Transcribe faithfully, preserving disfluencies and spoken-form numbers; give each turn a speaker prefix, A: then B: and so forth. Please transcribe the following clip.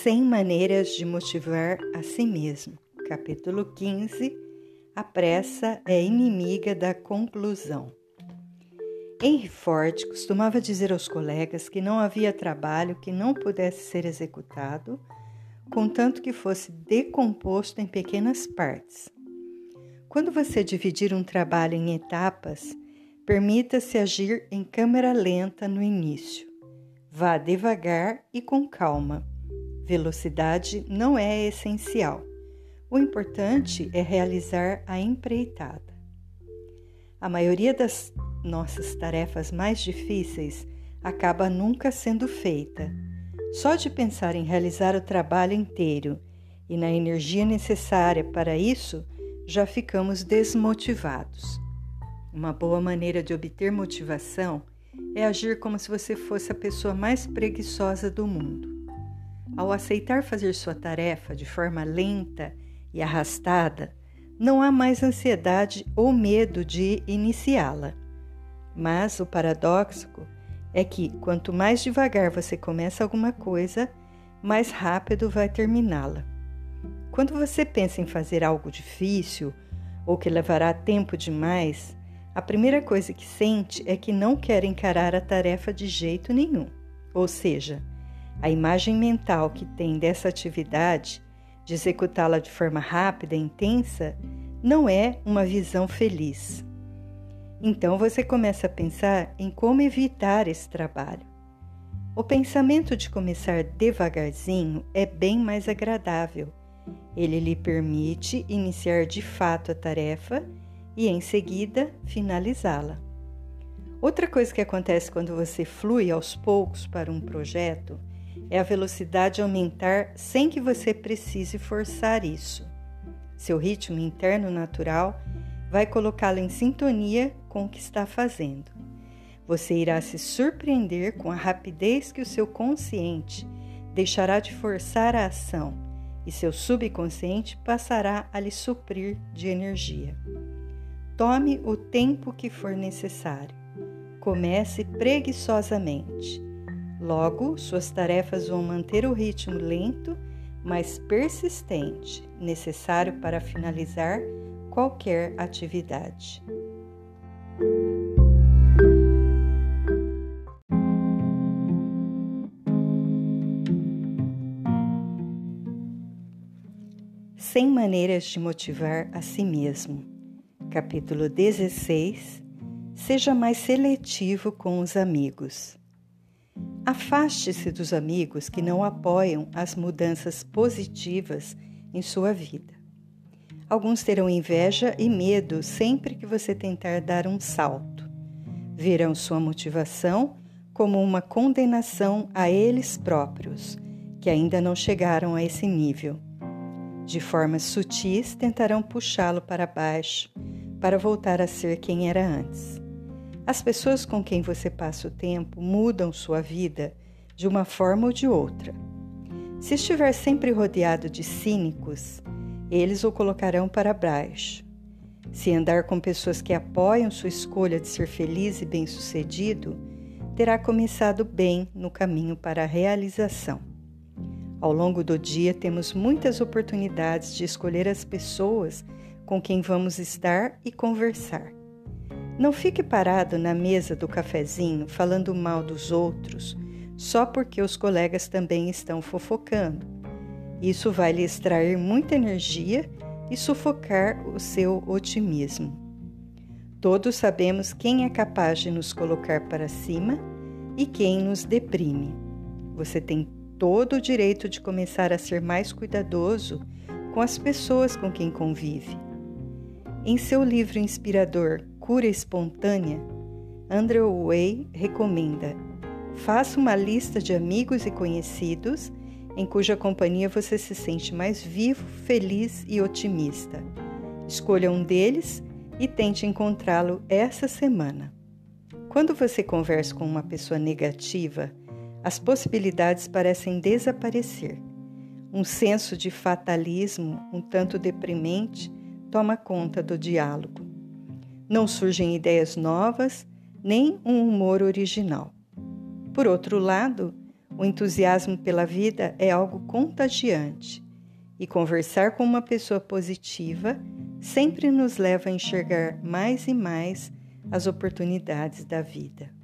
A: cem maneiras de motivar a si mesmo. Capítulo quinze. A pressa é inimiga da conclusão. Henry Ford costumava dizer aos colegas que não havia trabalho que não pudesse ser executado, contanto que fosse decomposto em pequenas partes. Quando você dividir um trabalho em etapas, permita-se agir em câmera lenta no início. Vá devagar e com calma. Velocidade não é essencial. O importante é realizar a empreitada. A maioria das nossas tarefas mais difíceis acaba nunca sendo feita. Só de pensar em realizar o trabalho inteiro e na energia necessária para isso, já ficamos desmotivados. Uma boa maneira de obter motivação é agir como se você fosse a pessoa mais preguiçosa do mundo. Ao aceitar fazer sua tarefa de forma lenta e arrastada, não há mais ansiedade ou medo de iniciá-la. Mas o paradoxo é que, quanto mais devagar você começa alguma coisa, mais rápido vai terminá-la. Quando você pensa em fazer algo difícil ou que levará tempo demais, a primeira coisa que sente é que não quer encarar a tarefa de jeito nenhum. Ou seja, a imagem mental que tem dessa atividade, de executá-la de forma rápida e intensa, não é uma visão feliz. Então você começa a pensar em como evitar esse trabalho. O pensamento de começar devagarzinho é bem mais agradável. Ele lhe permite iniciar de fato a tarefa e, em seguida, finalizá-la. Outra coisa que acontece quando você flui aos poucos para um projeto é a velocidade aumentar sem que você precise forçar isso. Seu ritmo interno natural vai colocá-lo em sintonia com o que está fazendo. Você irá se surpreender com a rapidez que o seu consciente deixará de forçar a ação e seu subconsciente passará a lhe suprir de energia. Tome o tempo que for necessário. Comece preguiçosamente. Logo, suas tarefas vão manter o ritmo lento, mas persistente, necessário para finalizar qualquer atividade. cem maneiras de motivar a si mesmo. Capítulo dezesseis. Seja mais seletivo com os amigos. Afaste-se dos amigos que não apoiam as mudanças positivas em sua vida. Alguns terão inveja e medo sempre que você tentar dar um salto. Verão sua motivação como uma condenação a eles próprios, que ainda não chegaram a esse nível. De formas sutis, tentarão puxá-lo para baixo, para voltar a ser quem era antes. As pessoas com quem você passa o tempo mudam sua vida de uma forma ou de outra. Se estiver sempre rodeado de cínicos, eles o colocarão para baixo. Se andar com pessoas que apoiam sua escolha de ser feliz e bem-sucedido, terá começado bem no caminho para a realização. Ao longo do dia, temos muitas oportunidades de escolher as pessoas com quem vamos estar e conversar. Não fique parado na mesa do cafezinho falando mal dos outros só porque os colegas também estão fofocando. Isso vai lhe extrair muita energia e sufocar o seu otimismo. Todos sabemos quem é capaz de nos colocar para cima e quem nos deprime. Você tem todo o direito de começar a ser mais cuidadoso com as pessoas com quem convive. Em seu livro inspirador Cura Espontânea, Andrew Weil recomenda: faça uma lista de amigos e conhecidos em cuja companhia você se sente mais vivo, feliz e otimista. Escolha um deles e tente encontrá-lo essa semana. Quando você conversa com uma pessoa negativa, as possibilidades parecem desaparecer. Um senso de fatalismo um tanto deprimente toma conta do diálogo. Não surgem ideias novas, nem um humor original. Por outro lado, O entusiasmo pela vida é algo contagiante e conversar com uma pessoa positiva sempre nos leva a enxergar mais e mais as oportunidades da vida.